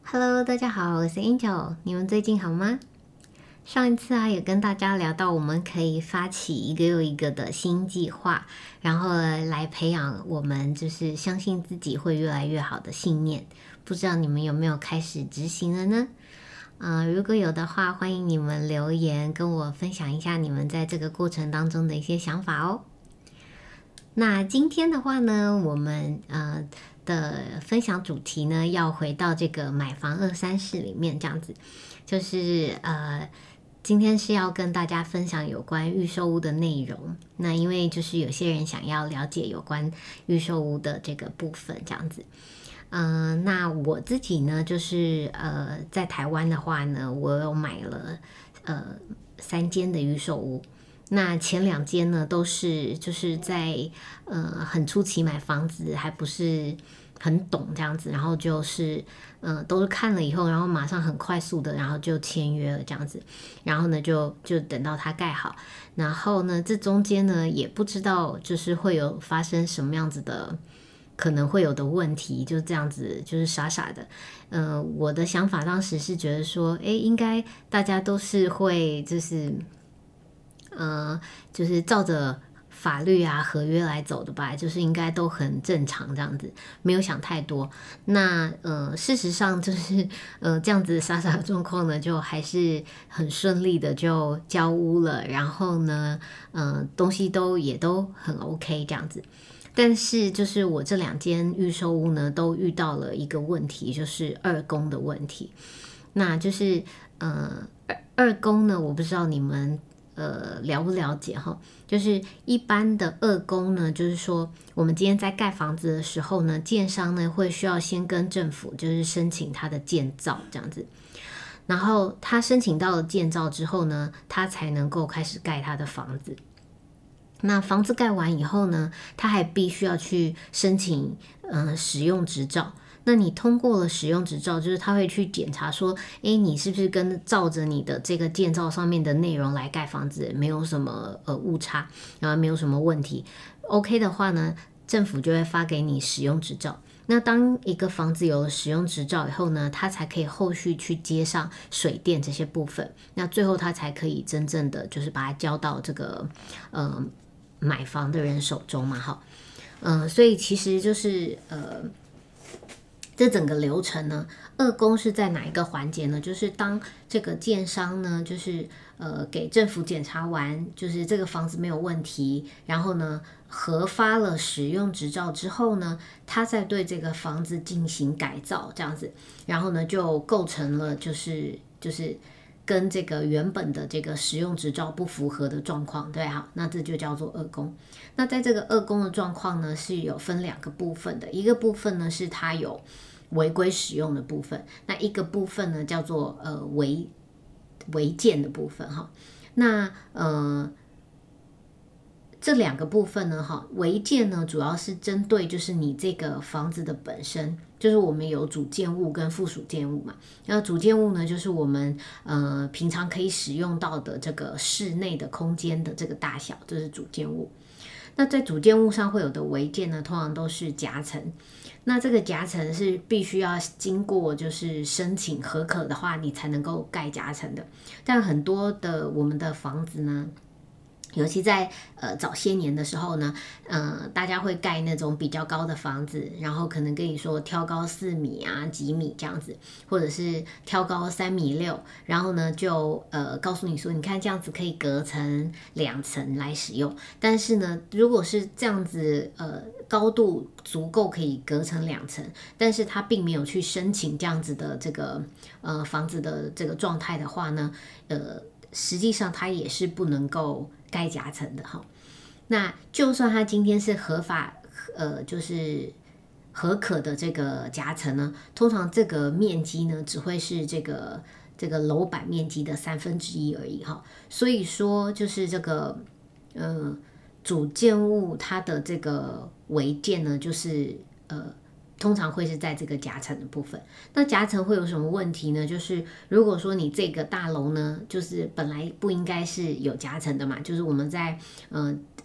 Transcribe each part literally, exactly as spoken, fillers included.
Hello，大家好，我是 Angel，你们最近好吗？上一次啊，有跟大家聊到，我们可以发起一个又一个的新计划，然后来培养我们就是相信自己会越来越好的信念。不知道你们有没有开始执行了呢？呃，如果有的话，欢迎你们留言跟我分享一下你们在这个过程当中的一些想法哦。那今天的话呢，我们呃的分享主题呢，要回到这个买房二三事里面，这样子，就是呃，今天是要跟大家分享有关预售屋的内容。那因为就是有些人想要了解有关预售屋的这个部分，这样子。嗯、呃，那我自己呢，就是呃，在台湾的话呢，我有买了呃三间的预售屋。那前两间呢，都是就是在呃很初期买房子，还不是很懂这样子，然后就是呃都是看了以后，然后马上很快速的，然后就签约了这样子，然后呢就就等到它盖好，然后呢这中间呢也不知道就是会有发生什么样子的可能会有的问题，就这样子就是傻傻的，呃我的想法当时是觉得说，诶应该大家都是会就是。呃，就是照着法律啊、合约来走的吧，就是应该都很正常这样子，没有想太多。那呃，事实上就是呃这样子傻傻的状况呢，就还是很顺利的就交屋了，然后呢，呃，东西都也都很 OK 这样子。但是就是我这两间预售屋呢，都遇到了一个问题，就是二工的问题。那就是呃二二工呢，我不知道你们。呃，了不了解哈？就是一般的二工呢，就是说我们今天在盖房子的时候呢，建商呢会需要先跟政府就是申请他的建造这样子，然后他申请到了建造之后呢，他才能够开始盖他的房子。那房子盖完以后呢，他还必须要去申请呃使用执照。那你通过了使用执照，就是他会去检查说，诶，你是不是跟照着你的这个建造上面的内容来盖房子，没有什么呃误差，然后没有什么问题 ，OK 的话呢，政府就会发给你使用执照。那当一个房子有了使用执照以后呢，它才可以后续去接上水电这些部分，那最后它才可以真正的就是把它交到这个呃买房的人手中嘛，哈，嗯、呃，所以其实就是呃。这整个流程呢，二工是在哪一个环节呢？就是当这个建商呢，就是呃给政府检查完，就是这个房子没有问题，然后呢核发了使用执照之后呢，他再对这个房子进行改造，这样子，然后呢就构成了就是就是跟这个原本的这个使用执照不符合的状况，对，好，那这就叫做二工。那在这个二工的状况呢，是有分两个部分的，一个部分呢是它有违规使用的部分，那一个部分呢叫做呃违违建的部分哈。那呃这两个部分呢哈，违建呢主要是针对就是你这个房子的本身，就是我们有主建物跟附属建物嘛。那主建物呢就是我们呃平常可以使用到的这个室内的空间的这个大小，这是主建物。那在主建物上会有的违建呢，通常都是夹层。那这个夹层是必须要经过就是申请合可的话，你才能够盖夹层的。但很多的我们的房子呢，尤其在呃早些年的时候呢，呃，大家会盖那种比较高的房子，然后可能跟你说挑高四米啊几米这样子，或者是挑高三米六，然后呢就呃告诉你说，你看这样子可以隔成两层来使用。但是呢，如果是这样子呃高度足够可以隔成两层，但是他并没有去申请这样子的这个呃房子的这个状态的话呢，呃。实际上它也是不能够盖夹层的哈。那就算它今天是合法呃就是合可的这个夹层呢，通常这个面积呢只会是这个这个楼板面积的三分之一而已哈。所以说就是这个呃主建物它的这个违建呢，就是呃。通常会是在这个夹层的部分。那夹层会有什么问题呢？就是如果说你这个大楼呢，就是本来不应该是有夹层的嘛，就是我们在呃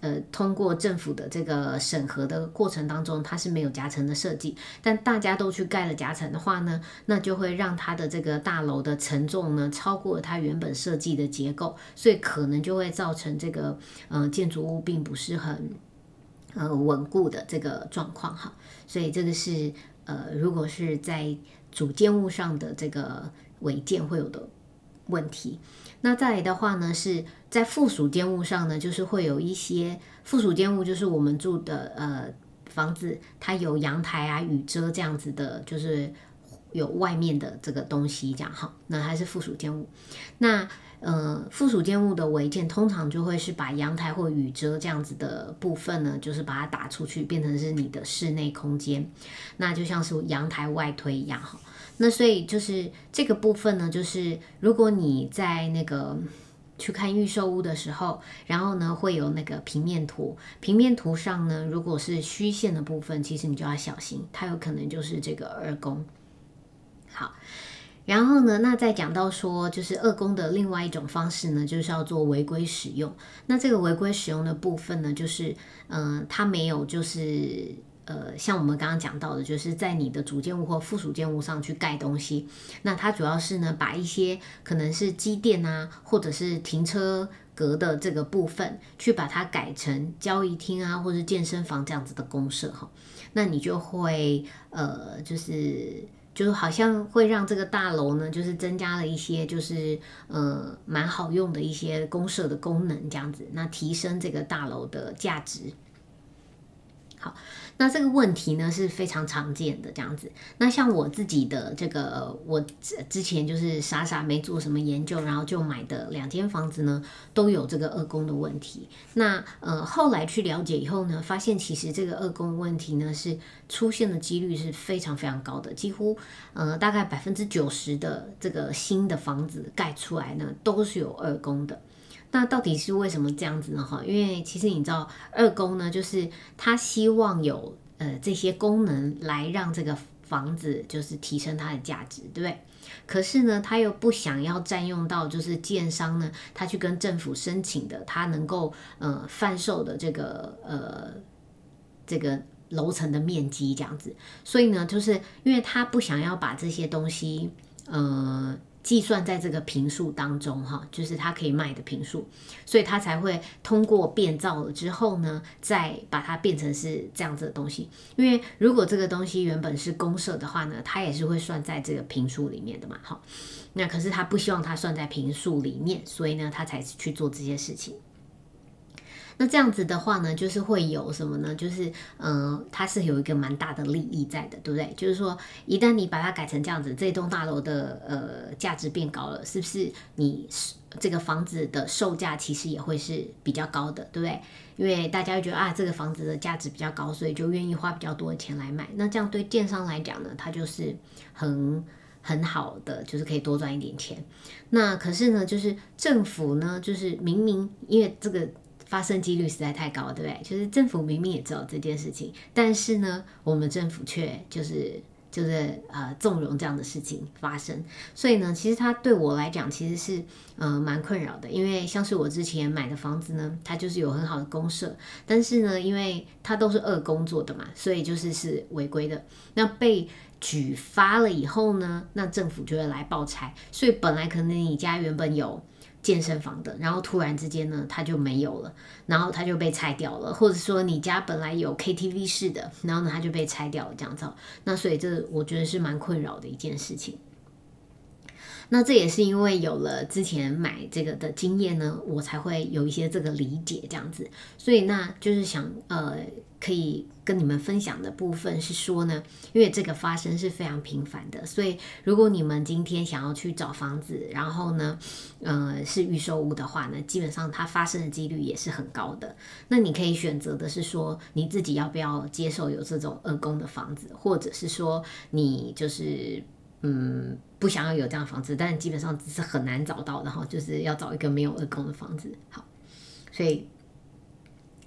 呃通过政府的这个审核的过程当中，它是没有夹层的设计，但大家都去盖了夹层的话呢，那就会让它的这个大楼的承重呢超过它原本设计的结构，所以可能就会造成这个呃建筑物并不是很呃稳固的这个状况哈。所以这个是呃如果是在主建物上的这个违建会有的问题。那再来的话呢，是在附属建物上呢，就是会有一些附属建物，就是我们住的呃房子，它有阳台啊、雨遮这样子的，就是有外面的这个东西这样哈，那还是附属建物。那呃附属建物的违建通常就会是把阳台或雨遮这样子的部分呢，就是把它打出去，变成是你的室内空间，那就像是阳台外推一样哈。那所以就是这个部分呢，就是如果你在那个去看预售屋的时候，然后呢会有那个平面图，平面图上呢如果是虚线的部分，其实你就要小心，它有可能就是这个二宫。好，然后呢，那再讲到说，就是二宫的另外一种方式呢，就是要做违规使用。那这个违规使用的部分呢，就是嗯、呃，它没有就是呃，像我们刚刚讲到的，就是在你的主建物或附属建物上去盖东西。那它主要是呢，把一些可能是机电啊，或者是停车格的这个部分，去把它改成交易厅啊，或者健身房这样子的公设哈。那你就会呃，就是就是好像会让这个大楼呢，就是增加了一些就是呃蛮好用的一些公设的功能这样子，那提升这个大楼的价值。好，那这个问题呢是非常常见的这样子。那像我自己的这个，我之前就是傻傻没做什么研究，然后就买的两间房子呢，都有这个二宫的问题。那呃后来去了解以后呢，发现其实这个二宫问题呢是出现的几率是非常非常高的，几乎呃大概百分之九十的这个新的房子盖出来呢都是有二宫的。那到底是为什么这样子呢？哈，因为其实你知道，二宫呢，就是他希望有呃这些功能来让这个房子就是提升它的价值，对不对？可是呢，他又不想要占用到就是建商呢，他去跟政府申请的，他能够呃贩售的这个呃这个楼层的面积这样子，所以呢，就是因为他不想要把这些东西呃。计算在这个坪数当中哈，就是它可以卖的坪数，所以它才会通过变造了之后呢，再把它变成是这样子的东西。因为如果这个东西原本是公设的话呢，它也是会算在这个坪数里面的嘛，好，那可是他不希望它算在坪数里面，所以呢，他才去做这些事情。那这样子的话呢，就是会有什么呢？就是嗯、呃，它是有一个蛮大的利益在的，对不对？就是说，一旦你把它改成这样子，这栋大楼的呃价值变高了，是不是你这个房子的售价其实也会是比较高的，对不对？因为大家会觉得啊，这个房子的价值比较高，所以就愿意花比较多的钱来买。那这样对建商来讲呢，它就是很很好的，就是可以多赚一点钱。那可是呢，就是政府呢，就是明明因为这个发生几率实在太高，对不对？就是政府明明也知道这件事情，但是呢，我们政府却就是就是呃纵容这样的事情发生。所以呢，其实它对我来讲其实是呃蛮困扰的，因为像是我之前买的房子呢，它就是有很好的公设，但是呢，因为它都是二宫做的嘛，所以就是是违规的。那被举发了以后呢，那政府就会来报拆，所以本来可能你家原本有健身房的，然后突然之间呢，它就没有了，然后它就被拆掉了，或者说你家本来有 K T V 室的，然后呢，它就被拆掉了，这样子。那所以这我觉得是蛮困扰的一件事情。那这也是因为有了之前买这个的经验呢，我才会有一些这个理解这样子。所以那就是想呃，可以跟你们分享的部分是说呢，因为这个发生是非常频繁的，所以如果你们今天想要去找房子，然后呢，呃，是预售屋的话呢，基本上它发生的几率也是很高的。那你可以选择的是说，你自己要不要接受有这种二宫的房子，或者是说你就是。嗯，不想要有这样的房子，但基本上只是很难找到，然后就是要找一个没有二宫的房子。好，所以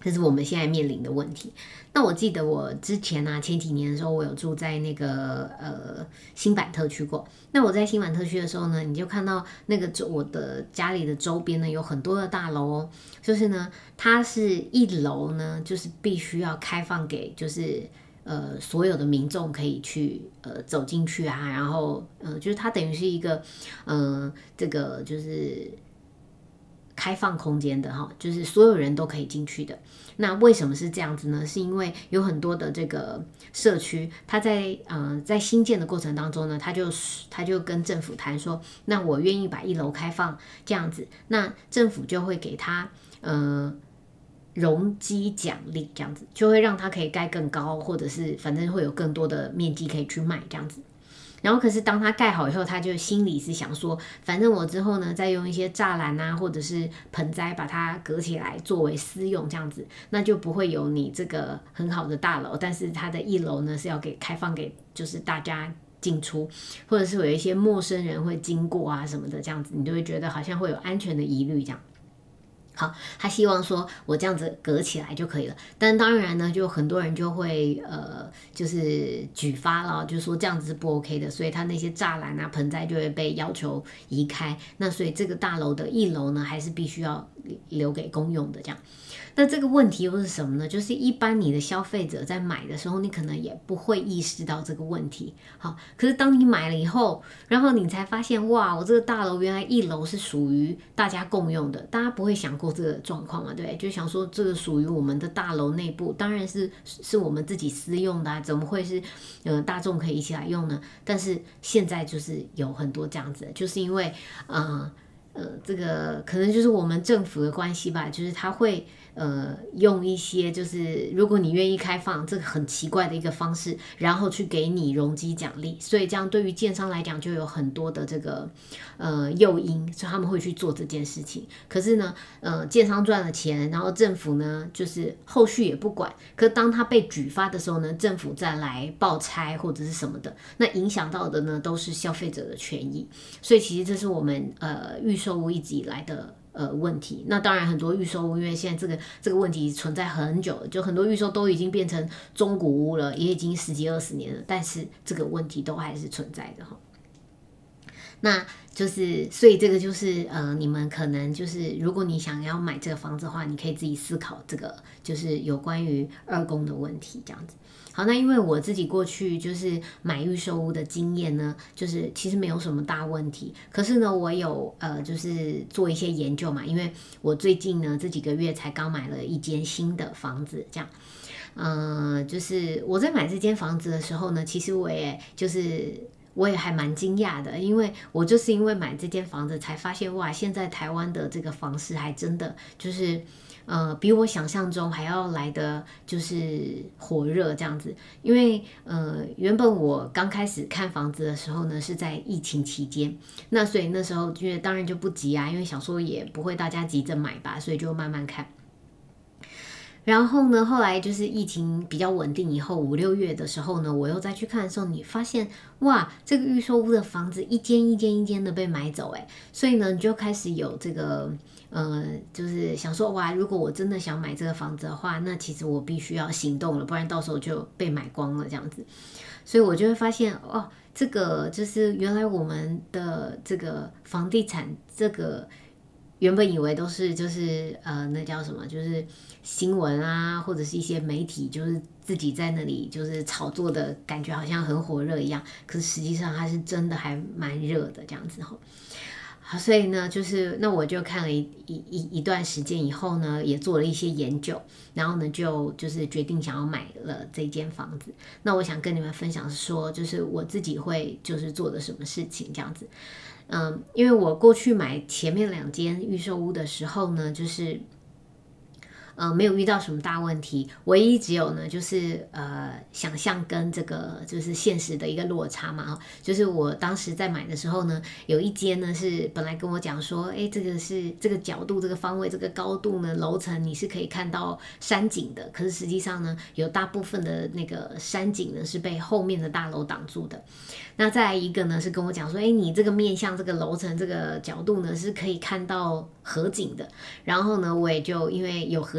这是我们现在面临的问题。那我记得我之前啊，前几年的时候，我有住在那个呃新版特区过。那我在新版特区的时候呢，你就看到那个我的家里的周边呢有很多的大楼哦，就是呢，它是一楼呢，就是必须要开放给就是呃所有的民众可以去呃走进去啊，然后呃就是它等于是一个呃这个就是开放空间的哈，就是所有人都可以进去的。那为什么是这样子呢？是因为有很多的这个社区，它在呃在新建的过程当中呢，他就他就跟政府谈说，那我愿意把一楼开放这样子，那政府就会给他呃容积奖励，这样子就会让他可以盖更高，或者是反正会有更多的面积可以去卖这样子。然后可是当他盖好以后，他就心里是想说，反正我之后呢再用一些栅栏啊或者是盆栽把它隔起来作为私用这样子，那就不会有你这个很好的大楼，但是它的一楼呢是要给开放给就是大家进出，或者是有一些陌生人会经过啊什么的这样子，你就会觉得好像会有安全的疑虑这样。好，他希望说我这样子隔起来就可以了，但当然呢，就很多人就会呃，就是举发了，就说这样子是不 OK 的，所以他那些栅栏啊、盆栽就会被要求移开。那所以这个大楼的一楼呢，还是必须要留给公用的这样。那这个问题又是什么呢？就是一般你的消费者在买的时候，你可能也不会意识到这个问题。好，可是当你买了以后，然后你才发现，哇，我这个大楼原来一楼是属于大家共用的，大家不会想过这个状况嘛？对，就想说这个属于我们的大楼内部，当然是是我们自己私用的啊，怎么会是呃大众可以一起来用呢？但是现在就是有很多这样子的，就是因为呃呃这个可能就是我们政府的关系吧，就是他会。呃，用一些就是如果你愿意开放这个很奇怪的一个方式，然后去给你容积奖励，所以这样对于建商来讲就有很多的这个呃诱因，所以他们会去做这件事情。可是呢，呃，建商赚了钱，然后政府呢就是后续也不管。可当他被举发的时候呢，政府再来报拆或者是什么的，那影响到的呢都是消费者的权益。所以其实这是我们呃预售屋一直以来的。呃，问题。那当然，很多预售屋，因为现在这个这个问题存在很久了，就很多预售都已经变成中古屋了，也已经十几二十年了，但是这个问题都还是存在的哈。那就是，所以这个就是呃，你们可能就是，如果你想要买这个房子的话，你可以自己思考这个，就是有关于二供的问题这样子。好，那因为我自己过去就是买预售屋的经验呢，就是其实没有什么大问题。可是呢，我有呃，就是做一些研究嘛，因为我最近呢这几个月才刚买了一间新的房子，这样，嗯、呃，就是我在买这间房子的时候呢，其实我也就是我也还蛮惊讶的，因为我就是因为买这间房子才发现，哇，现在台湾的这个房市还真的就是。呃，比我想象中还要来的就是火热这样子，因为呃，原本我刚开始看房子的时候呢，是在疫情期间，那所以那时候因为当然就不急啊，因为想说也不会大家急着买吧，所以就慢慢看。然后呢，后来就是疫情比较稳定以后，五六月的时候呢，我又再去看的时候，你发现哇，这个预售屋的房子一间一间一间的被买走，哎，所以呢，你就开始有这个。呃，就是想说哇，如果我真的想买这个房子的话，那其实我必须要行动了，不然到时候就被买光了这样子。所以我就会发现哦，这个就是原来我们的这个房地产这个原本以为都是就是呃那叫什么，就是新闻啊，或者是一些媒体就是自己在那里就是炒作的感觉好像很火热一样，可是实际上它是真的还蛮热的这样子哈。好，所以呢，就是那我就看了一一一段时间以后呢，也做了一些研究，然后呢，就就是决定想要买了这间房子。那我想跟你们分享说，就是我自己会就是做的什么事情这样子。嗯，因为我过去买前面两间预售屋的时候呢，就是。呃，没有遇到什么大问题，唯一只有呢，就是呃，想象跟这个就是现实的一个落差嘛，就是我当时在买的时候呢，有一间呢是本来跟我讲说，哎，这个是这个角度、这个方位、这个高度呢，楼层你是可以看到山景的，可是实际上呢，有大部分的那个山景呢是被后面的大楼挡住的。那再来一个呢是跟我讲说，哎，你这个面向这个楼层这个角度呢是可以看到河景的，然后呢，我也就因为有河景。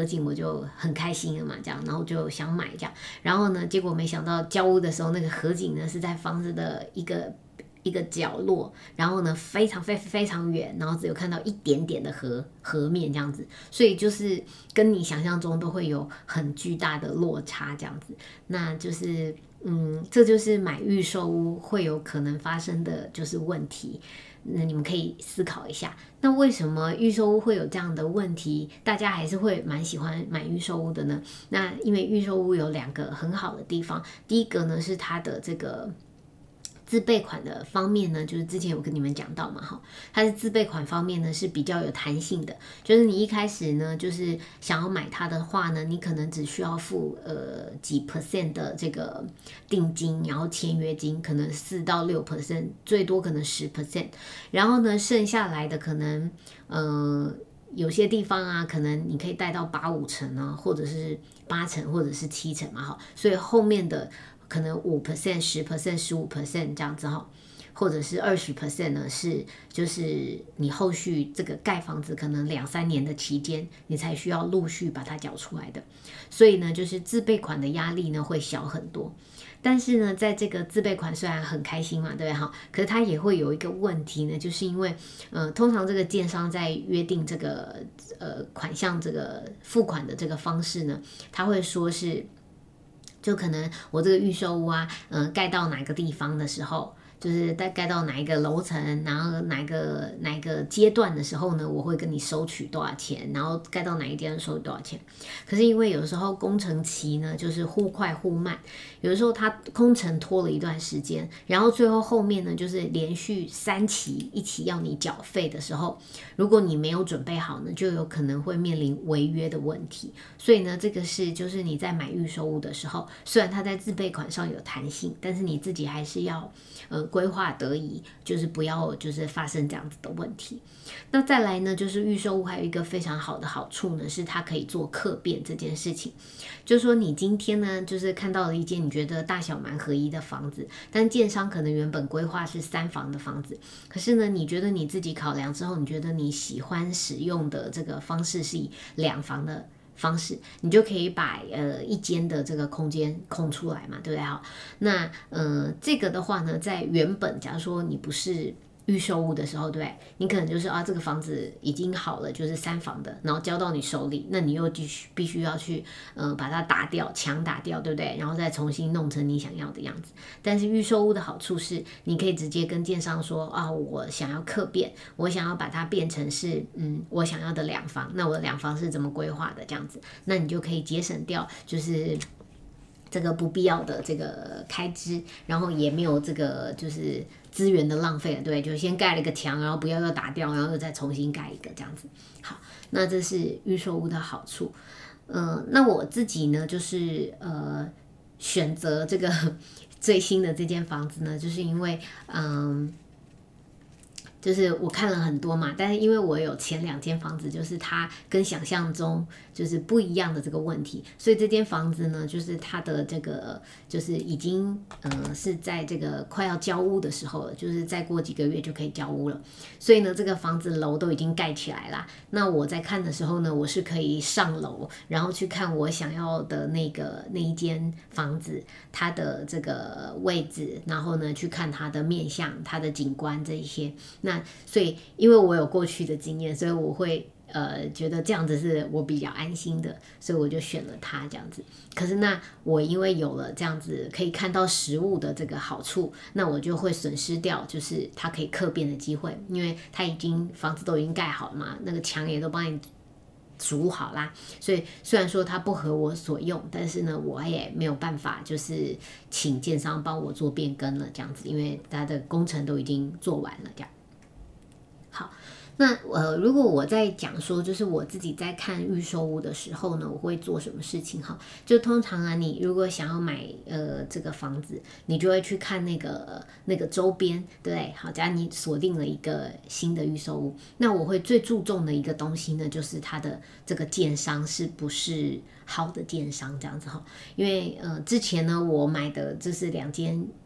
景我就很开心了嘛，这样，然后就想买这样，然后呢，结果没想到交屋的时候，那个河景呢是在房子的一个一个角落，然后呢非常非非常远，然后只有看到一点点的河河面这样子，所以就是跟你想象中都会有很巨大的落差这样子，那就是嗯，这就是买预售屋会有可能发生的就是问题。那你们可以思考一下，那为什么预售屋会有这样的问题？大家还是会蛮喜欢买预售屋的呢？那因为预售屋有两个很好的地方，第一个呢是它的这个自备款的方面呢，就是之前有跟你们讲到嘛，哈，它的自备款方面呢是比较有弹性的，就是你一开始呢，就是想要买它的话呢，你可能只需要付呃几 percent 的这个定金，然后签约金可能四到六 percent， 最多可能十 percent， 然后呢，剩下来的可能呃有些地方啊，可能你可以贷到八五成啊，或者是八成，或者是七成嘛，哈，所以后面的可能五 percent、十 percent、十五 percent 这样子哈，或者是二十 percent 呢，是就是你后续这个盖房子可能两三年的期间，你才需要陆续把它缴出来的，所以呢，就是自备款的压力呢会小很多。但是呢，在这个自备款虽然很开心嘛，对不对哈？可是它也会有一个问题呢，就是因为呃，通常这个建商在约定这个呃款项这个付款的这个方式呢，他会说是。就可能我这个预售屋啊，嗯、呃，盖到哪个地方的时候，就是在盖到哪一个楼层，然后哪个哪一个阶段的时候呢，我会跟你收取多少钱，然后盖到哪一阶段收取多少钱。可是因为有时候工程期呢，就是忽快忽慢，有的时候它工程拖了一段时间，然后最后后面呢，就是连续三期一起要你缴费的时候，如果你没有准备好呢，就有可能会面临违约的问题。所以呢，这个是就是你在买预售屋的时候，虽然它在自备款上有弹性，但是你自己还是要呃规划得宜，就是不要就是发生这样子的问题。那再来呢，就是预售屋还有一个非常好的好处呢，是它可以做客变这件事情。就是说你今天呢，就是看到了一间你觉得大小蛮合宜的房子，但建商可能原本规划是三房的房子，可是呢，你觉得你自己考量之后，你觉得你喜欢使用的这个方式是以两房的方式，你就可以把呃一间的这个空间空出来嘛，对不对？好，那呃这个的话呢，在原本假如说你不是预售屋的时候，对不对？你可能就是啊这个房子已经好了，就是三房的，然后交到你手里，那你又必须必须要去呃把它打掉，墙打掉，对不对？然后再重新弄成你想要的样子。但是预售屋的好处是，你可以直接跟建商说啊，我想要客变，我想要把它变成是嗯我想要的两房，那我的两房是怎么规划的这样子，那你就可以节省掉就是这个不必要的这个开支，然后也没有这个就是资源的浪费了，对，就先盖了一个墙，然后不要又打掉，然后又再重新盖一个这样子。好，那这是预售屋的好处。呃，那我自己呢，就是呃选择这个最新的这间房子呢，就是因为嗯。就是我看了很多嘛，但是因为我有前两间房子，就是它跟想象中就是不一样的这个问题，所以这间房子呢，就是它的这个就是已经呃是在这个快要交屋的时候了，就是再过几个月就可以交屋了，所以呢这个房子楼都已经盖起来啦。那我在看的时候呢，我是可以上楼，然后去看我想要的那个那一间房子它的这个位置，然后呢去看它的面向、它的景观这一些。那所以因为我有过去的经验，所以我会呃觉得这样子是我比较安心的，所以我就选了它这样子。可是那我因为有了这样子可以看到实物的这个好处，那我就会损失掉就是它可以客变的机会，因为它已经房子都已经盖好了嘛，那个墙也都帮你煮好啦，所以虽然说它不合我所用，但是呢我也没有办法就是请建商帮我做变更了这样子，因为它的工程都已经做完了这样。好，那呃，如果我在讲说，就是我自己在看预售屋的时候呢，我会做什么事情哈？就通常啊，你如果想要买呃这个房子，你就会去看那个那个周边，对不对？好，假如你锁定了一个新的预售屋，那我会最注重的一个东西呢，就是它的这个建商是不是好的建商这样子哈？因为呃之前呢，我买的这是两间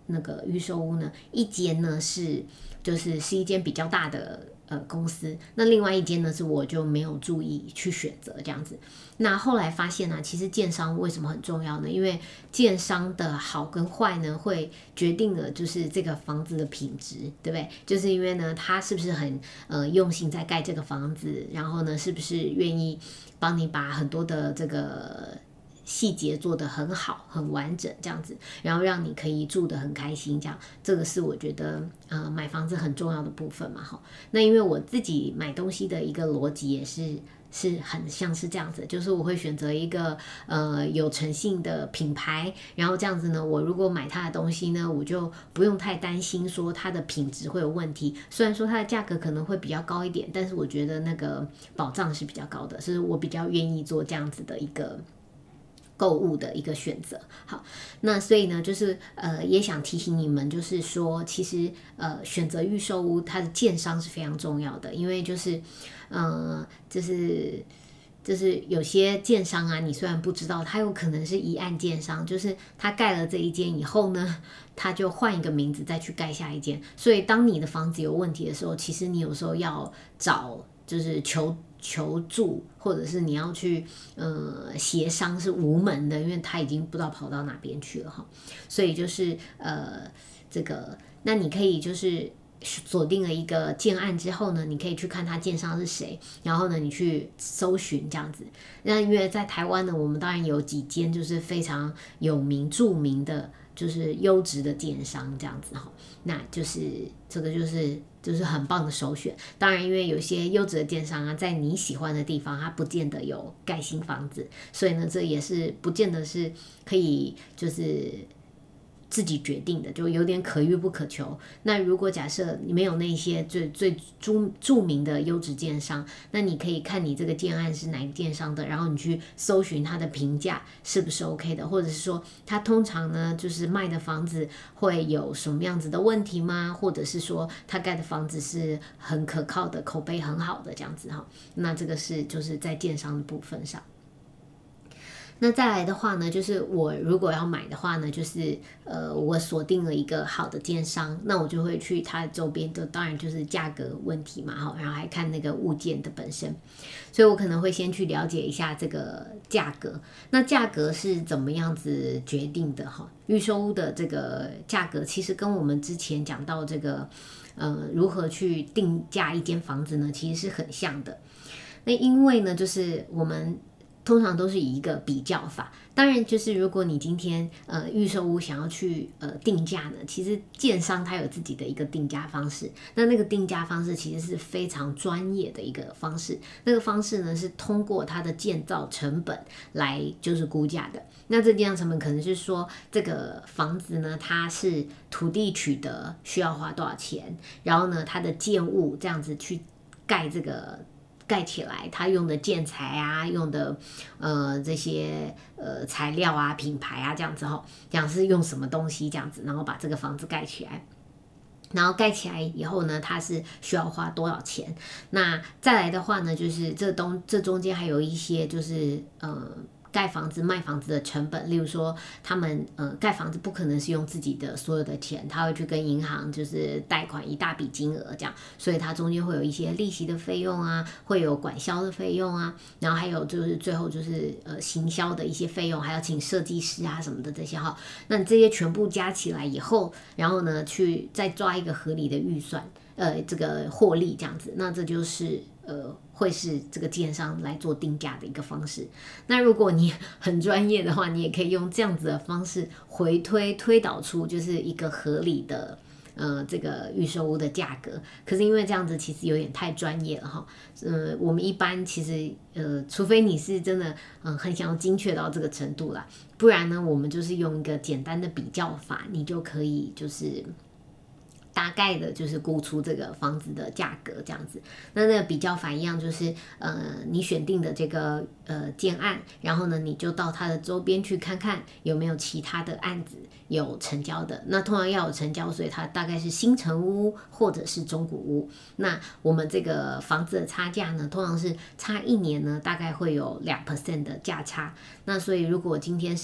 那个预售屋呢，一间呢是就是是一间比较大的呃公司，那另外一间呢是我就没有注意去选择这样子。那后来发现呢、啊，其实建商为什么很重要呢？因为建商的好跟坏呢，会决定了就是这个房子的品质，对不对？就是因为呢，他是不是很呃用心在盖这个房子，然后呢，是不是愿意帮你把很多的这个细节做得很好、很完整这样子，然后让你可以住得很开心，这样这个是我觉得呃买房子很重要的部分嘛。哈，那因为我自己买东西的一个逻辑也是。是很像是这样子，就是我会选择一个呃有诚信的品牌，然后这样子呢，我如果买它的东西呢，我就不用太担心说它的品质会有问题。虽然说它的价格可能会比较高一点，但是我觉得那个保障是比较高的，是我比较愿意做这样子的一个购物的一个选择。好，那所以呢，就是呃，也想提醒你们，就是说，其实呃，选择预售屋，它的建商是非常重要的，因为就是呃，就是就是有些建商啊，你虽然不知道，他有可能是一案建商，就是他盖了这一间以后呢，他就换一个名字再去盖下一间，所以当你的房子有问题的时候，其实你有时候要找就是求。求助，或者是你要去呃协商是无门的，因为他已经不知道跑到哪边去了哈。所以就是呃这个，那你可以就是锁定了一个建案之后呢，你可以去看他建商是谁，然后呢你去搜寻这样子。那因为在台湾呢，我们当然有几间就是非常有名著名的。就是优质的建商这样子哈，那就是这个就是就是很棒的首选。当然，因为有些优质的建商啊，在你喜欢的地方，它不见得有盖新房子，所以呢，这也是不见得是可以就是自己决定的，就有点可遇不可求。那如果假设你没有那些最最著著名的优质建商，那你可以看你这个建案是哪个建商的，然后你去搜寻它的评价是不是 OK 的，或者是说它通常呢就是卖的房子会有什么样子的问题吗？或者是说它盖的房子是很可靠的，口碑很好的这样子哈。那这个是就是在建商的部分上。那再来的话呢，就是我如果要买的话呢，就是呃，我锁定了一个好的建商，那我就会去它周边的，当然就是价格问题嘛，哈，然后还看那个物件的本身，所以我可能会先去了解一下这个价格。那价格是怎么样子决定的哈？预售屋的这个价格其实跟我们之前讲到这个呃如何去定价一间房子呢，其实是很像的。那因为呢，就是我们。通常都是以一个比较法，当然就是如果你今天呃预售屋想要去呃定价呢，其实建商他有自己的一个定价方式，那那个定价方式其实是非常专业的一个方式，那个方式呢是通过它的建造成本来就是估价的。那这建造成本可能是说这个房子呢它是土地取得需要花多少钱，然后呢它的建物这样子去盖这个。盖起来，它用的建材啊，用的呃这些呃材料啊、品牌啊这样子哈，这样是用什么东西这样子，然后把这个房子盖起来，然后盖起来以后呢，它是需要花多少钱？那再来的话呢，就是这东这中间还有一些就是呃。盖房子、卖房子的成本，例如说，他们呃盖房子不可能是用自己的所有的钱，他会去跟银行就是贷款一大笔金额这样，所以它中间会有一些利息的费用啊，会有管销的费用啊，然后还有就是最后就是呃行销的一些费用，还要请设计师啊什么的这些哈，那你这些全部加起来以后，然后呢去再抓一个合理的预算，呃这个获利这样子，那这就是呃。会是这个建商来做定价的一个方式。那如果你很专业的话，你也可以用这样子的方式回推推导出就是一个合理的呃这个预售屋的价格。可是因为这样子其实有点太专业了哈，呃，我们一般其实呃，除非你是真的嗯、呃、很想要精确到这个程度啦，不然呢，我们就是用一个简单的比较法，你就可以就是。大概的就是估出这个房子的价格这样子，那那个比较法一样，就是呃你选定的这个呃建案，然后呢你就到它的周边去看看有没有其他的案子有成交的，那通常要有成交，所以它大概是新成屋或者是中古屋。那我们这个房子的差价呢，通常是差一年呢，大概会有两 percent 的价差。那所以如果今天是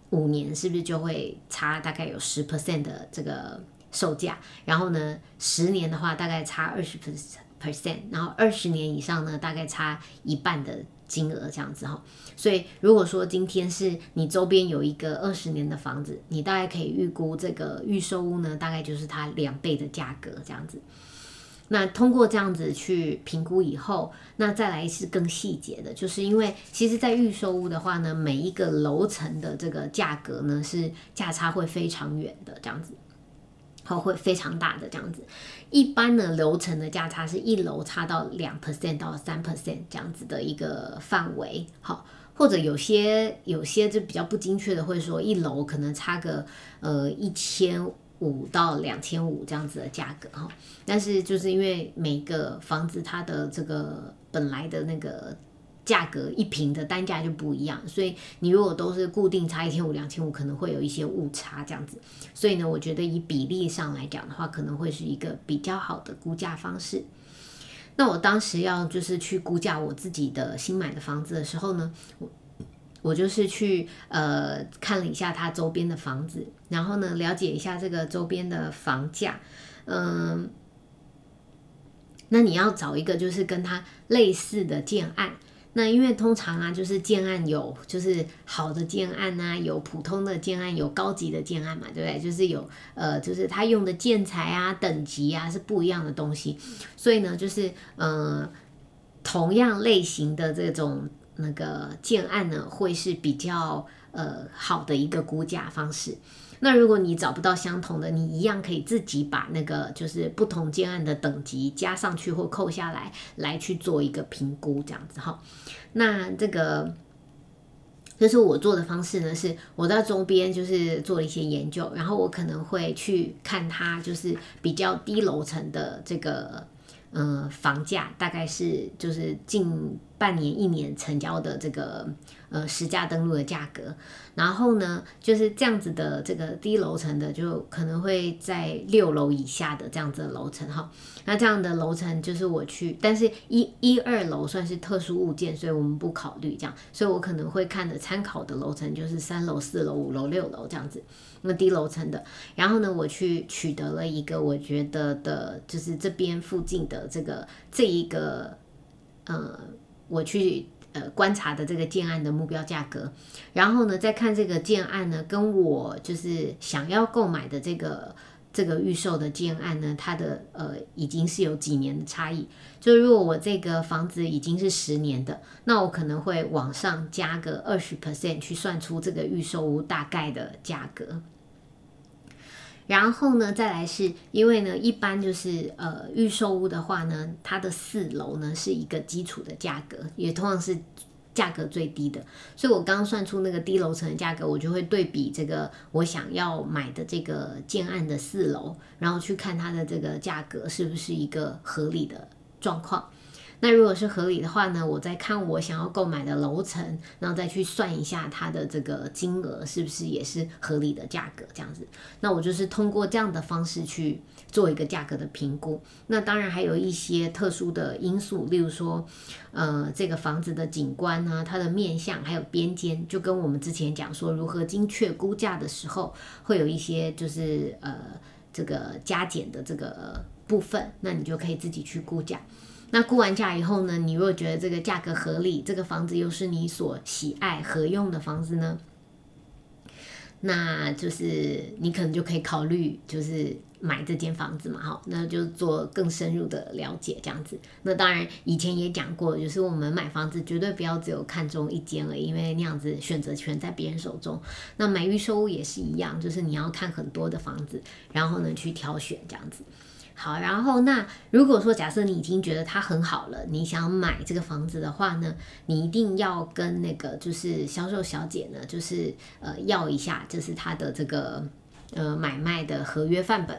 五年是不是就会差大概有十 percent 的这个售价？然后呢，十年的话大概差二十 percent，然后二十年以上呢，大概差一半的金额这样子哈。所以如果说今天是你周边有一个二十年的房子，你大概可以预估这个预售屋呢，大概就是它两倍的价格这样子。那通过这样子去评估以后，那再来是更细节的，就是因为其实在预售屋的话呢，每一个楼层的这个价格呢是价差会非常远的这样子，好，会非常大的这样子。一般呢楼层的价差是一楼差到 百分之二 到 百分之三 这样子的一个范围，好，或者有些有些就比较不精确的会说一楼可能差个呃一千五到两千五这样子的价格哈，但是就是因为每个房子它的这个本来的那个价格一坪的单价就不一样，所以你如果都是固定差一千五、两千五，可能会有一些误差这样子。所以呢，我觉得以比例上来讲的话，可能会是一个比较好的估价方式。那我当时要就是去估价我自己的新买的房子的时候呢，我我就是去呃看了一下它周边的房子，然后呢了解一下这个周边的房价，嗯，那你要找一个就是跟它类似的建案。那因为通常啊，就是建案有就是好的建案啊，有普通的建案，有高级的建案嘛，对不对？就是有呃，就是他用的建材啊、等级啊是不一样的东西，所以呢，就是呃，同样类型的这种那个建案呢，会是比较呃好的一个估价方式。那如果你找不到相同的，你一样可以自己把那个就是不同建案的等级加上去或扣下来，来去做一个评估，这样子哈。那这个就是我做的方式呢，是我在周边就是做了一些研究，然后我可能会去看它就是比较低楼层的这个呃房价，大概是就是近半年一年成交的这个呃实价登录的价格，然后呢就是这样子的这个低楼层的就可能会在六楼以下的这样子的楼层哈。那这样的楼层就是我去，但是一一二楼算是特殊物件，所以我们不考虑这样，所以我可能会看的参考的楼层就是三楼、四楼、五楼、六楼这样子，那低楼层的。然后呢，我去取得了一个我觉得的，就是这边附近的这个这一个呃，我去呃观察的这个建案的目标价格，然后呢，再看这个建案呢，跟我就是想要购买的这个。这个预售的建案呢，它的呃已经是有几年的差异。就如果我这个房子已经是十年的，那我可能会往上加个二十 percent 去算出这个预售屋大概的价格。然后呢，再来是因为呢，一般就是呃预售屋的话呢，它的四楼呢是一个基础的价格，也通常是价格最低的，所以我刚刚算出那个低楼层的价格，我就会对比这个我想要买的这个建案的四楼，然后去看它的这个价格是不是一个合理的状况。那如果是合理的话呢，我再看我想要购买的楼层，然后再去算一下它的这个金额是不是也是合理的价格这样子。那我就是通过这样的方式去做一个价格的评估。那当然还有一些特殊的因素，例如说呃这个房子的景观啊，它的面向还有边间，就跟我们之前讲说如何精确估价的时候，会有一些就是呃这个加减的这个部分，那你就可以自己去估价。那估完价以后呢，你如果觉得这个价格合理，这个房子又是你所喜爱合用的房子呢，那就是你可能就可以考虑就是买这间房子嘛，好，那就做更深入的了解这样子。那当然以前也讲过，就是我们买房子绝对不要只有看中一间而已，因为那样子选择权在别人手中。那买预售屋也是一样，就是你要看很多的房子，然后呢去挑选这样子。好，然后那如果说假设你已经觉得它很好了，你想买这个房子的话呢，你一定要跟那个就是销售小姐呢，就是呃要一下，就是她的这个呃买卖的合约范本。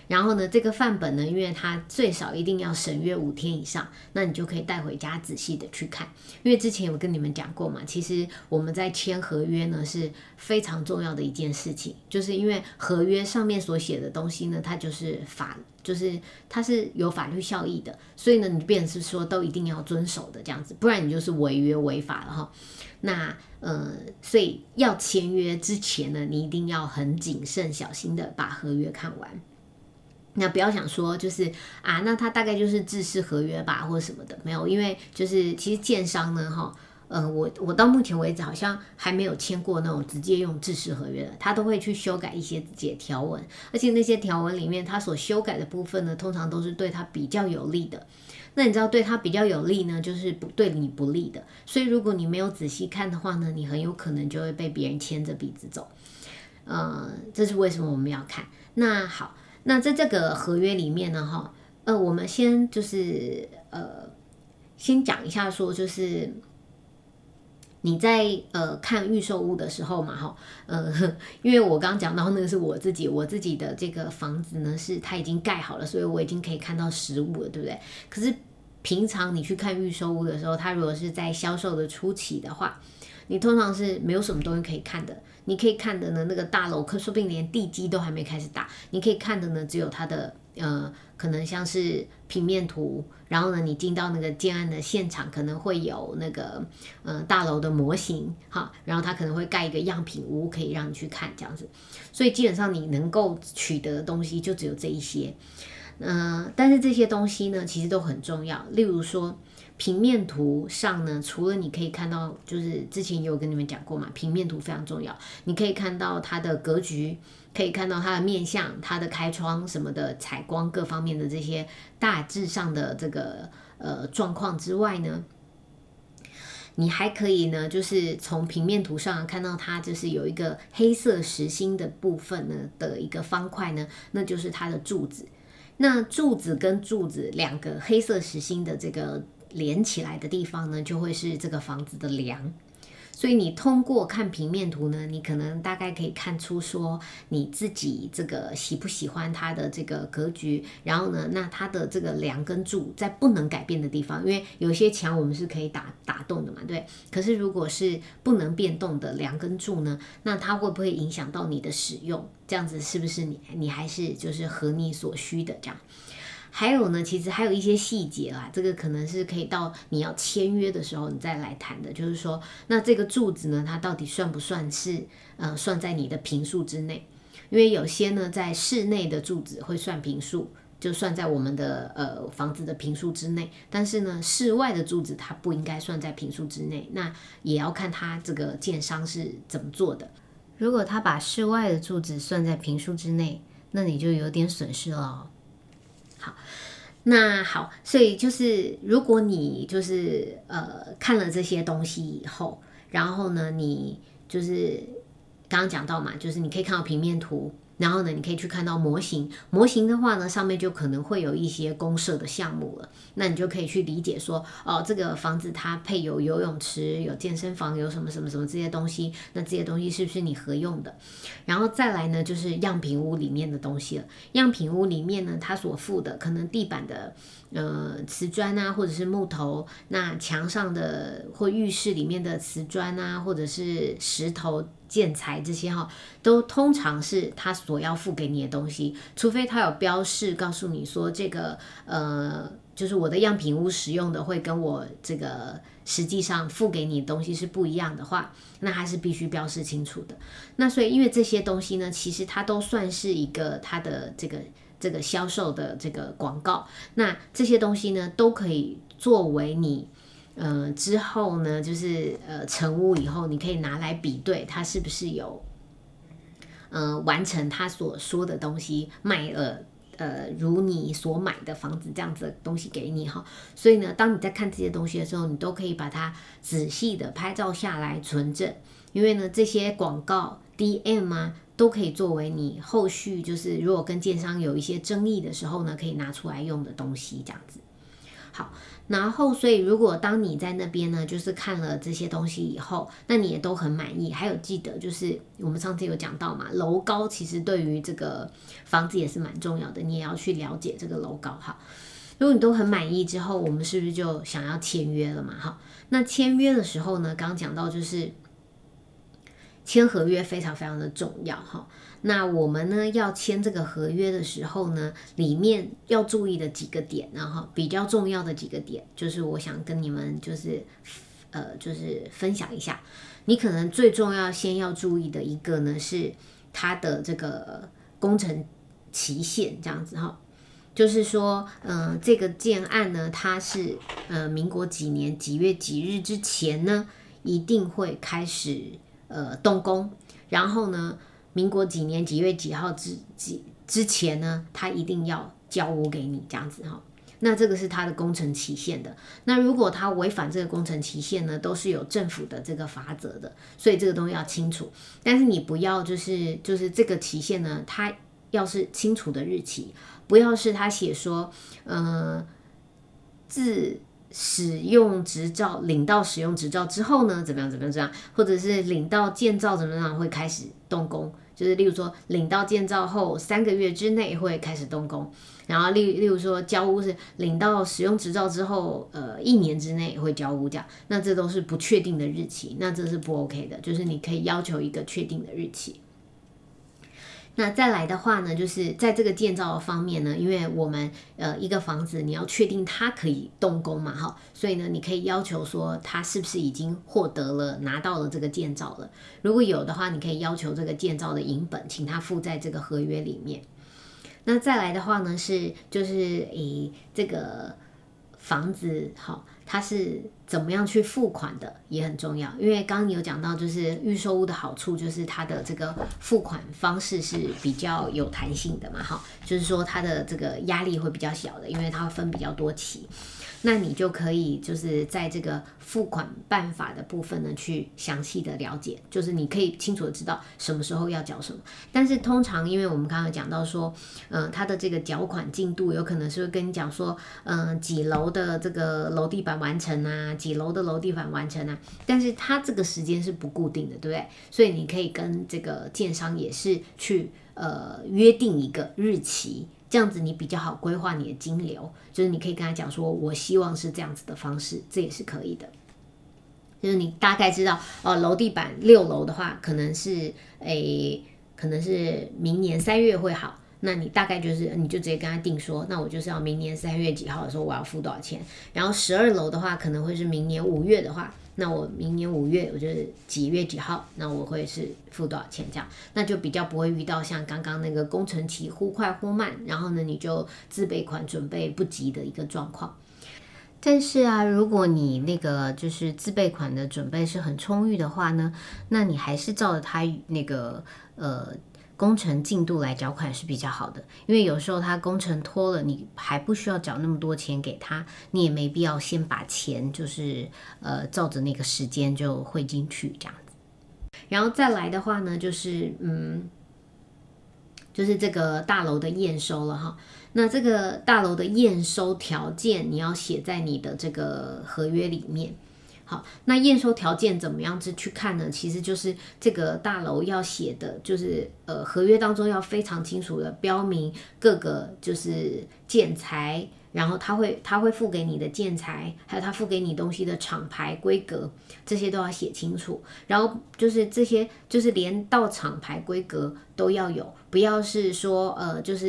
然后呢，这个范本呢，因为它最少一定要审阅五天以上，那你就可以带回家仔细的去看。因为之前有跟你们讲过嘛，其实我们在签合约呢是非常重要的一件事情，就是因为合约上面所写的东西呢，它就是法，就是它是有法律效益的，所以呢，你变成是说都一定要遵守的这样子，不然你就是违约违法了哈。那呃，所以要签约之前呢，你一定要很谨慎小心的把合约看完。那不要想说就是啊，那它大概就是制式合约吧，或者什么的，没有，因为就是其实建商呢，哈，呃，我我到目前为止好像还没有签过那种直接用制式合约的，他都会去修改一些自己的条文，而且那些条文里面他所修改的部分呢，通常都是对他比较有利的。那你知道对他比较有利呢，就是不对你不利的，所以如果你没有仔细看的话呢，你很有可能就会被别人牵着鼻子走。呃，这是为什么我们要看。那好。那在这个合约里面呢，哈，呃，我们先就是呃，先讲一下说，就是你在呃看预售屋的时候嘛，哈，呃，因为我刚刚讲到那个是我自己，我自己的这个房子呢是它已经盖好了，所以我已经可以看到实物了，对不对？可是平常你去看预售屋的时候，它如果是在销售的初期的话，你通常是没有什么东西可以看的。你可以看的呢，那个大楼可说不定连地基都还没开始打，你可以看的呢，只有它的呃，可能像是平面图，然后呢，你进到那个建案的现场，可能会有那个呃大楼的模型，哈，然后它可能会盖一个样品屋，可以让你去看这样子，所以基本上你能够取得的东西就只有这一些，嗯、呃，但是这些东西呢，其实都很重要，例如说。平面图上呢，除了你可以看到，就是之前也有跟你们讲过嘛，平面图非常重要。你可以看到它的格局，可以看到它的面向、它的开窗什么的、采光各方面的这些大致上的这个呃状况之外呢，你还可以呢，就是从平面图上看到它就是有一个黑色实心的部分呢的一个方块呢，那就是它的柱子。那柱子跟柱子两个黑色实心的这个连起来的地方呢，就会是这个房子的梁。所以你通过看平面图呢，你可能大概可以看出说你自己这个喜不喜欢它的这个格局，然后呢，那它的这个梁跟柱在不能改变的地方，因为有些墙我们是可以打打动的嘛，对。可是如果是不能变动的梁跟柱呢，那它会不会影响到你的使用？这样子是不是你你还是就是合你所需的这样？还有呢，其实还有一些细节啦，这个可能是可以到你要签约的时候你再来谈的，就是说，那这个柱子呢，它到底算不算是呃算在你的坪数之内？因为有些呢，在室内的柱子会算坪数，就算在我们的呃房子的坪数之内，但是呢，室外的柱子它不应该算在坪数之内，那也要看它这个建商是怎么做的。如果他把室外的柱子算在坪数之内，那你就有点损失了哦。好，那好，所以就是如果你就是呃看了这些东西以后，然后呢，你就是刚刚讲到嘛，就是你可以看到平面图，然后呢，你可以去看到模型。模型的话呢，上面就可能会有一些公设的项目了。那你就可以去理解说，哦，这个房子它配有游泳池、有健身房、有什么什么什么这些东西，那这些东西是不是你合用的？然后再来呢，就是样品屋里面的东西了。样品屋里面呢，它所附的可能地板的呃瓷砖啊，或者是木头，那墙上的或浴室里面的瓷砖啊，或者是石头。建材这些哈，都通常是他所要付给你的东西，除非他有标示告诉你说这个呃，就是我的样品屋使用的会跟我这个实际上付给你的东西是不一样的话，那还是必须标示清楚的。那所以因为这些东西呢，其实它都算是一个它的这个这个销售的这个广告，那这些东西呢都可以作为你。呃，之后呢，就是呃成屋以后，你可以拿来比对，它是不是有呃完成他所说的东西，卖了呃如你所买的房子这样子的东西给你哈。所以呢，当你在看这些东西的时候，你都可以把它仔细的拍照下来存证，因为呢，这些广告 D M 啊。都可以作为你后续就是如果跟建商有一些争议的时候呢，可以拿出来用的东西这样子。 好，然后所以如果当你在那边呢，就是看了这些东西以后，那你也都很满意。还有记得就是我们上次有讲到嘛，楼高其实对于这个房子也是蛮重要的，你也要去了解这个楼高。好，如果你都很满意之后，我们是不是就想要签约了嘛？好，那签约的时候呢，刚刚讲到就是签合约非常非常的重要哈。那我们呢要签这个合约的时候呢，里面要注意的几个点，然后比较重要的几个点，就是我想跟你们就是呃就是分享一下。你可能最重要先要注意的一个呢是它的这个工程期限，这样子哈。就是说，嗯、呃，这个建案呢，它是呃民国几年几月几日之前呢，一定会开始呃动工，然后呢，民国几年几月几号之之之前呢，它一定要交屋给你这样子哈。那这个是它的工程期限的。那如果它违反这个工程期限呢，都是有政府的这个罚则的，所以这个东西要清楚。但是你不要就是就是这个期限呢，它要是清楚的日期。不要是他写说，呃，自使用执照领到使用执照之后呢，怎么样怎么样怎么样，或者是领到建造怎么样会开始动工，就是例如说领到建造后三个月之内会开始动工，然后例例如说交屋是领到使用执照之后，呃，一年之内会交屋这样，那这都是不确定的日期，那这是不 OK 的，就是你可以要求一个确定的日期。那再来的话呢，就是在这个建造的方面呢，因为我们呃一个房子你要确定它可以动工嘛，哈，所以呢你可以要求说它是不是已经获得了拿到了这个建造了，如果有的话，你可以要求这个建造的影本，请他附在这个合约里面。那再来的话呢，是就是以这个房子好，它是怎么样去付款的也很重要，因为刚刚你有讲到，就是预售屋的好处就是它的这个付款方式是比较有弹性的嘛，哈，就是说它的这个压力会比较小的，因为它会分比较多期。那你就可以就是在这个付款办法的部分呢，去详细的了解，就是你可以清楚的知道什么时候要缴什么。但是通常，因为我们刚刚讲到说，嗯、呃，它的这个缴款进度有可能是会跟你讲说，嗯、呃，几楼的这个楼地板完成啊，几楼的楼地板完成啊，但是它这个时间是不固定的，对不对？所以你可以跟这个建商也是去呃约定一个日期。这样子你比较好规划你的金流，就是你可以跟他讲说，我希望是这样子的方式，这也是可以的。就是你大概知道，哦，楼地板六楼的话，可能是诶，可能是明年三月会好。那你大概就是你就直接跟他定说，那我就是要明年三月几号的时候我要付多少钱。然后十二楼的话，可能会是明年五月的话。那我明年五月，我就是几月几号，那我会是付多少钱这样，那就比较不会遇到像刚刚那个工程期忽快忽慢，然后呢你就自备款准备不及的一个状况。但是啊，如果你那个就是自备款的准备是很充裕的话呢，那你还是照着他那个呃。工程进度来缴款是比较好的，因为有时候他工程拖了，你还不需要缴那么多钱给他，你也没必要先把钱就是呃照着那个时间就汇进去这样子。然后再来的话呢，就是嗯，就是这个大楼的验收了哈。那这个大楼的验收条件你要写在你的这个合约里面。好，那验收条件怎么样子去看呢？其实就是这个大楼要写的，就是呃合约当中要非常清楚的标明各个就是建材，然后他会他会付给你的建材，还有他付给你东西的厂牌规格，这些都要写清楚。然后就是这些就是连到厂牌规格都要有，不要是说呃就是。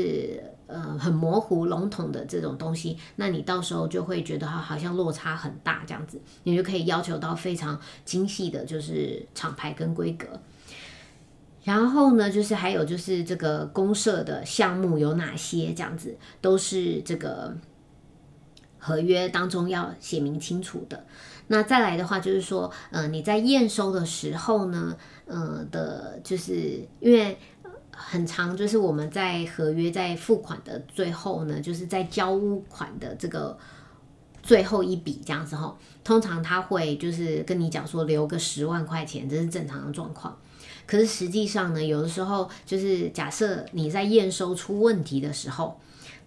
呃，很模糊笼统的这种东西，那你到时候就会觉得好像落差很大这样子，你就可以要求到非常精细的，就是厂牌跟规格。然后呢，就是还有就是这个公设的项目有哪些，这样子都是这个合约当中要写明清楚的。那再来的话就是说，呃，你在验收的时候呢，呃的，就是因为。很长，就是我们在合约在付款的最后呢，就是在交屋款的这个最后一笔这样子哈，通常他会就是跟你讲说留个十万块钱，这是正常的状况。可是实际上呢，有的时候就是假设你在验收出问题的时候，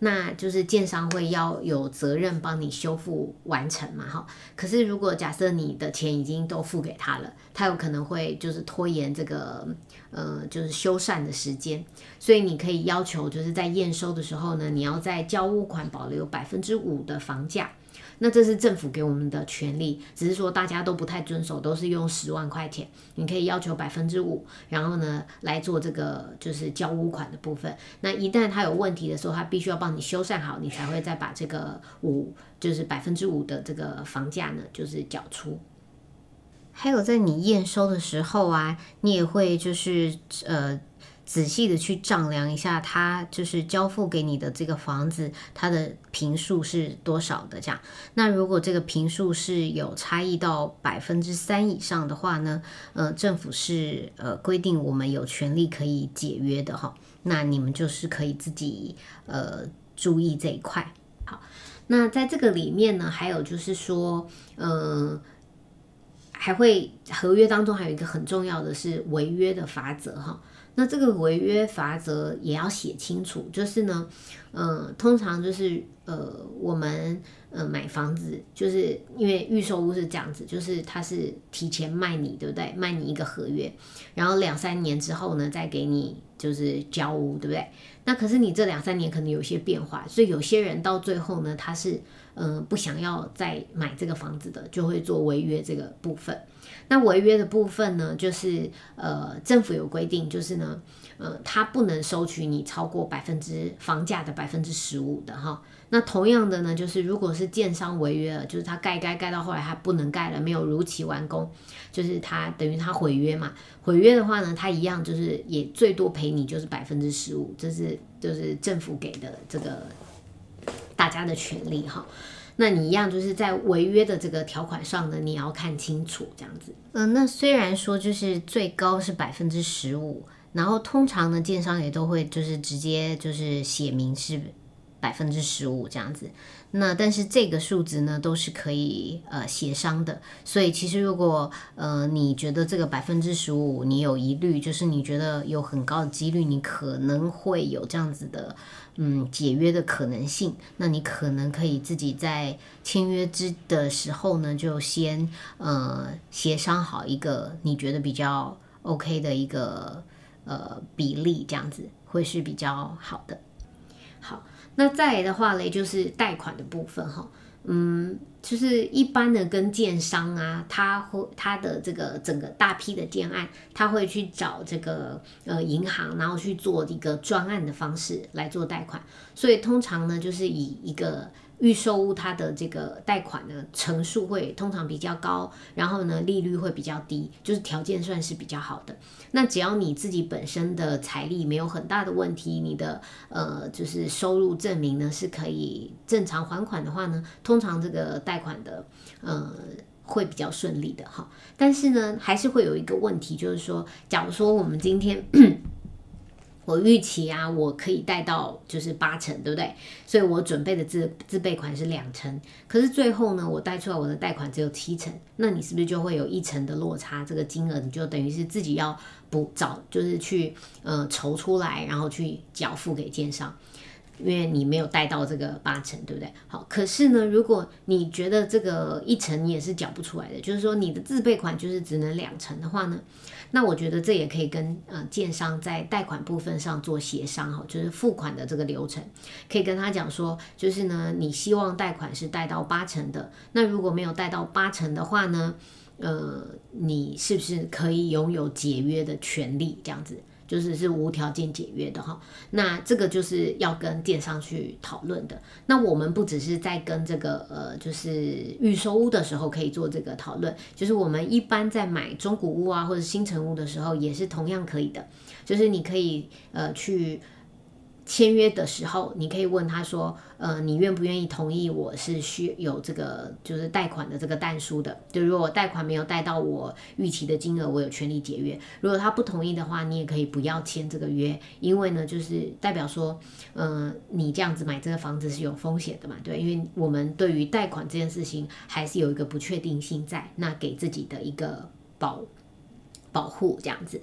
那就是建商会要有责任帮你修复完成嘛，哈。可是如果假设你的钱已经都付给他了，他有可能会就是拖延这个呃就是修缮的时间，所以你可以要求就是在验收的时候呢，你要在交屋款保留百分之五的房价。那这是政府给我们的权利，只是说大家都不太遵守，都是用十万块钱，你可以要求百分之五，然后呢来做这个就是交屋款的部分。那一旦他有问题的时候，他必须要帮你修缮好，你才会再把这个五就是百分之五的这个房价呢就是缴出。还有在你验收的时候啊，你也会就是呃。仔细的去丈量一下，它就是交付给你的这个房子，它的坪数是多少的这样。那如果这个坪数是有差异到百分之三以上的话呢，呃，政府是呃规定我们有权利可以解约的哈。那你们就是可以自己呃注意这一块。好，那在这个里面呢，还有就是说，呃。还会合约当中还有一个很重要的是违约的罚则哈。那这个违约罚则也要写清楚，就是呢，呃，通常就是呃，我们呃买房子，就是因为预售屋是这样子，就是它是提前卖你，对不对？卖你一个合约，然后两三年之后呢，再给你就是交屋，对不对？那可是你这两三年可能有些变化，所以有些人到最后呢，他是呃不想要再买这个房子的，就会做违约这个部分。那违约的部分呢，就是呃政府有规定，就是呢，呃他不能收取你超过百分之房价的百分之十五的哈。那同样的呢，就是如果是建商违约了，就是他盖盖盖到后来他不能盖了，没有如期完工，就是他等于他毁约嘛。毁约的话呢，他一样就是也最多赔你就是百分之十五，这是就是政府给的这个大家的权利哈。那你一样就是在违约的这个条款上呢，你要看清楚这样子。嗯、呃，那虽然说就是最高是百分之十五，然后通常呢，建商也都会就是直接就是写明是百分之十五这样子。那但是这个数值呢，都是可以呃协商的。所以其实如果呃你觉得这个百分之十五你有疑虑，就是你觉得有很高的几率你可能会有这样子的嗯解约的可能性，那你可能可以自己在签约之的时候呢，就先呃协商好一个你觉得比较 OK 的一个呃比例，这样子会是比较好的。好。那再来的话嘞，就是贷款的部分哈，嗯，就是一般的跟建商啊，他会他的这个整个大批的建案，他会去找这个呃银行，然后去做一个专案的方式来做贷款，所以通常呢，就是以一个预售屋它的这个贷款呢成数会通常比较高，然后呢利率会比较低，就是条件算是比较好的。那只要你自己本身的财力没有很大的问题，你的呃就是收入证明呢是可以正常还款的话呢，通常这个贷款的呃会比较顺利的哈。但是呢还是会有一个问题，就是说假如说我们今天我预期啊，我可以贷到就是八成，对不对？所以我准备的自自备款是两成，可是最后呢，我贷出来我的贷款只有七成，那你是不是就会有一成的落差？这个金额你就等于是自己要补找，就是去呃筹出来，然后去缴付给建商。因为你没有贷到这个八成，对不对？好，可是呢，如果你觉得这个一成你也是缴不出来的，就是说你的自备款就是只能两成的话呢，那我觉得这也可以跟呃建商在贷款部分上做协商哈，就是付款的这个流程，可以跟他讲说，就是呢，你希望贷款是贷到八成的，那如果没有贷到八成的话呢，呃，你是不是可以拥有解约的权利？这样子。就是是无条件解约的哈，那这个就是要跟建商去讨论的。那我们不只是在跟这个呃，就是预售屋的时候可以做这个讨论，就是我们一般在买中古屋啊或者新成屋的时候也是同样可以的。就是你可以呃去签约的时候，你可以问他说，呃，你愿不愿意同意我是需有这个就是贷款的这个但书的？就如果贷款没有贷到我预期的金额，我有权利解约。如果他不同意的话，你也可以不要签这个约，因为呢，就是代表说，呃，你这样子买这个房子是有风险的嘛，对，因为我们对于贷款这件事情还是有一个不确定性在，那给自己的一个保保护这样子。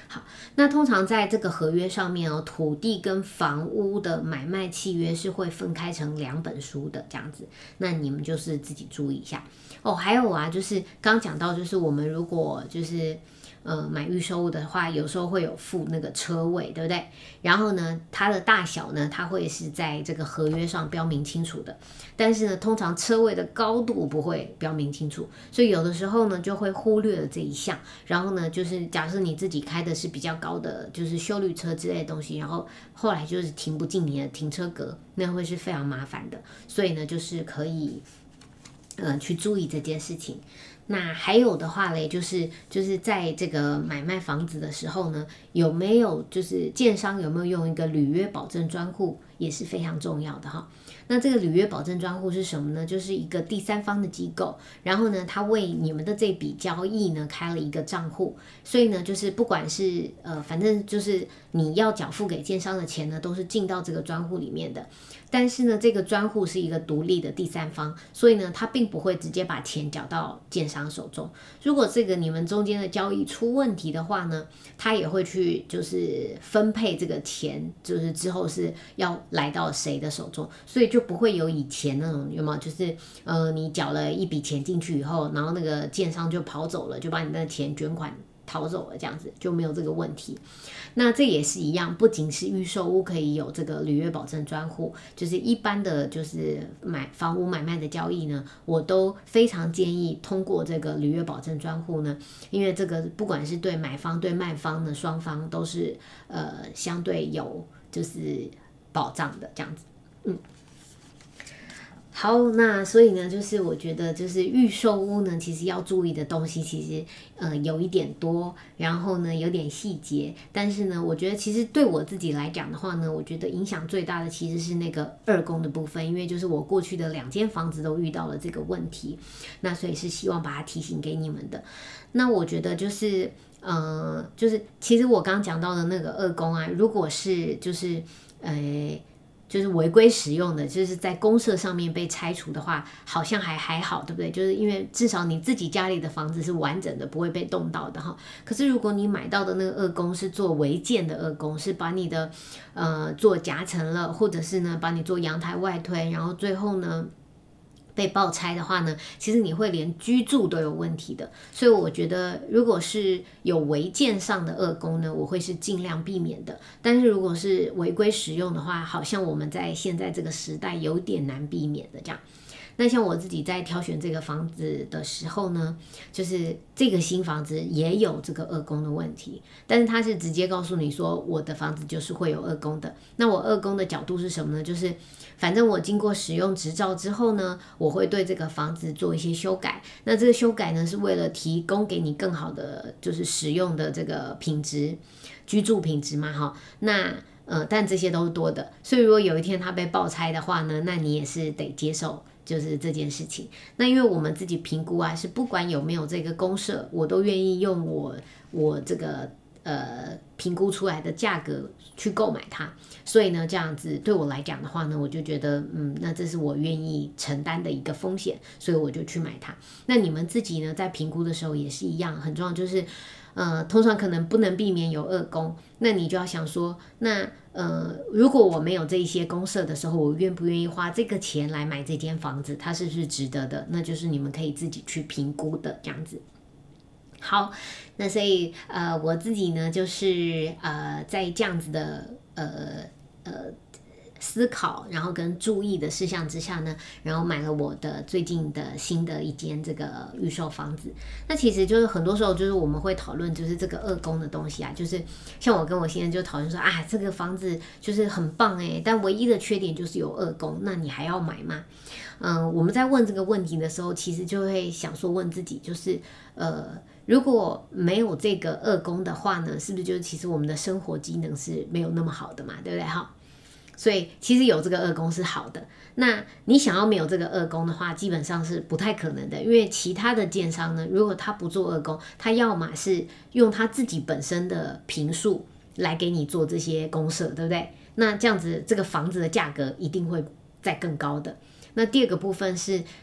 好，那通常在这个合约上面哦，土地跟房屋的买卖契约是会分开成两本书的这样子，那你们就是自己注意一下哦。还有啊，就是刚讲到，就是我们如果就是呃买预售屋的话，有时候会有附那个车位，对不对？然后呢，它的大小呢，它会是在这个合约上标明清楚的，但是呢，通常车位的高度不会标明清楚，所以有的时候呢就会忽略了这一项。然后呢，就是假设你自己开的是比较高的，就是休旅车之类的东西，然后后来就是停不进你的停车格，那会是非常麻烦的。所以呢，就是可以呃去注意这件事情。那还有的话嘞，就是就是在这个买卖房子的时候呢，有没有就是建商有没有用一个履约保证专户，也是非常重要的哈。那这个履约保证专户是什么呢？就是一个第三方的机构，然后呢，他为你们的这笔交易呢开了一个账户，所以呢，就是不管是呃，反正就是你要缴付给建商的钱呢，都是进到这个专户里面的。但是呢，这个专户是一个独立的第三方，所以呢，他并不会直接把钱缴到建商手中。如果这个你们中间的交易出问题的话呢，他也会去就是分配这个钱，就是之后是要来到谁的手中，所以就不会有以前那种有没有，就是呃你缴了一笔钱进去以后，然后那个建商就跑走了，就把你的钱卷款逃走了，这样子就没有这个问题。那这也是一样，不仅是预售屋可以有这个履约保证专户，就是一般的就是买房屋买卖的交易呢，我都非常建议通过这个履约保证专户呢，因为这个不管是对买方对卖方呢，双方都是呃相对有就是保障的这样子，嗯。好，那所以呢，就是我觉得就是预售屋呢，其实要注意的东西其实呃有一点多，然后呢有点细节，但是呢，我觉得其实对我自己来讲的话呢，我觉得影响最大的其实是那个二供的部分，因为就是我过去的两间房子都遇到了这个问题，那所以是希望把它提醒给你们的。那我觉得就是呃，就是其实我刚刚讲到的那个二供啊，如果是就是呃。就是违规使用的，就是在公设上面被拆除的话，好像还还好，对不对？就是因为至少你自己家里的房子是完整的，不会被动到的哈。可是如果你买到的那个二供是做违建的二供，是把你的呃做夹层了，或者是呢把你做阳台外推，然后最后呢被爆拆的话呢，其实你会连居住都有问题的。所以我觉得如果是有违建上的二供呢，我会是尽量避免的。但是如果是违规使用的话，好像我们在现在这个时代有点难避免的这样。那像我自己在挑选这个房子的时候呢，就是这个新房子也有这个二供的问题，但是它是直接告诉你说我的房子就是会有二供的。那我二供的角度是什么呢？就是反正我经过使用执照之后呢，我会对这个房子做一些修改。那这个修改呢，是为了提供给你更好的就是使用的这个品质，居住品质嘛，哈。那呃，但这些都是多的，所以如果有一天它被爆拆的话呢，那你也是得接受。就是这件事情，那因为我们自己评估啊，是不管有没有这个公设，我都愿意用我我这个呃评估出来的价格去购买它，所以呢，这样子对我来讲的话呢，我就觉得嗯，那这是我愿意承担的一个风险，所以我就去买它。那你们自己呢，在评估的时候也是一样，很重要就是。呃，通常可能不能避免有二供，那你就要想说，那呃，如果我没有这一些公设的时候，我愿不愿意花这个钱来买这间房子，它是不是值得的？那就是你们可以自己去评估的这样子。好，那所以呃，我自己呢，就是呃，在这样子的呃呃。思考，然后跟注意的事项之下呢，然后买了我的最近的新的一间这个预售房子。那其实就是很多时候就是我们会讨论就是这个二供的东西啊，就是像我跟我先生就讨论说啊，这个房子就是很棒诶，但唯一的缺点就是有二供，那你还要买吗？嗯，我们在问这个问题的时候，其实就会想说问自己，就是呃，如果没有这个二供的话呢，是不是就是其实我们的生活机能是没有那么好的嘛，对不对？哈。所以其实有这个二供是好的，那你想要没有这个二供的话，基本上是不太可能的，因为其他的建商呢，如果他不做二供，他要么是用他自己本身的坪数来给你做这些公设，对不对？那这样子这个房子的价格一定会再更高的。那第二个部分是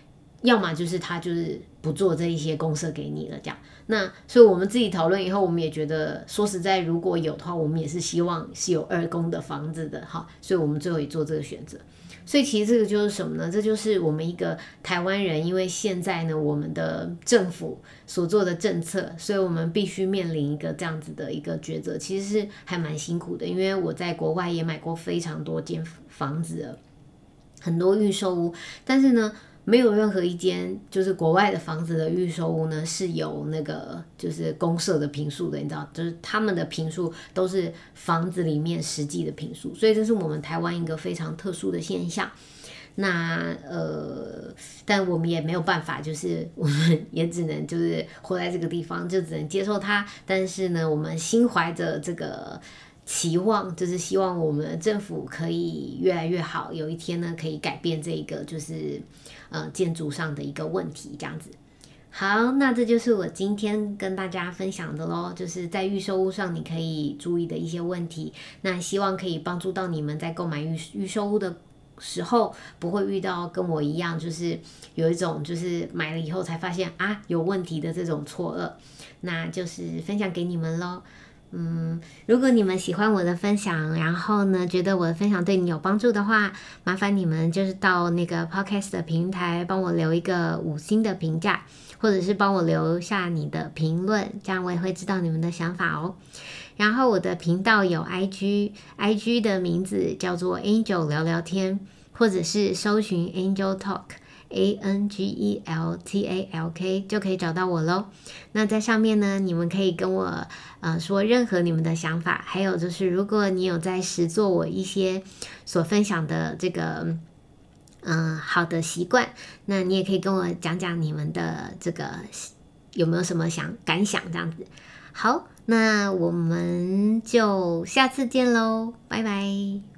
要么就是他就是不做这一些公设给你了这样。那所以我们自己讨论以后，我们也觉得说实在，如果有的话，我们也是希望是有二公的房子的哈，所以我们最后也做这个选择。所以其实这个就是什么呢？这就是我们一个台湾人，因为现在呢，我们的政府所做的政策，所以我们必须面临一个这样子的一个抉择，其实是还蛮辛苦的。因为我在国外也买过非常多间房子了，很多预售屋，但是呢，没有任何一间就是国外的房子的预售屋呢是有那个就是公设的坪数的，你知道，就是他们的坪数都是房子里面实际的坪数，所以这是我们台湾一个非常特殊的现象。那呃，但我们也没有办法，就是我们也只能就是活在这个地方，就只能接受它。但是呢，我们心怀着这个期望，就是希望我们的政府可以越来越好，有一天呢可以改变这个就是呃建筑上的一个问题，这样子。好，那这就是我今天跟大家分享的咯，就是在预售屋上你可以注意的一些问题。那希望可以帮助到你们在购买预预售屋的时候，不会遇到跟我一样，就是有一种就是买了以后才发现啊有问题的这种错愕。那就是分享给你们咯。嗯，如果你们喜欢我的分享，然后呢，觉得我的分享对你有帮助的话，麻烦你们就是到那个 podcast 的平台帮我留一个五星的评价，或者是帮我留下你的评论，这样我也会知道你们的想法哦。然后我的频道有 I G，I G 的名字叫做 Angel 聊聊天，或者是搜寻 Angel Talk。A N G E L T A L K 就可以找到我咯。那在上面呢，你们可以跟我呃说任何你们的想法，还有就是如果你有在实做我一些所分享的这个嗯、呃、好的习惯，那你也可以跟我讲讲你们的这个有没有什么想感想这样子。好，那我们就下次见咯，拜拜。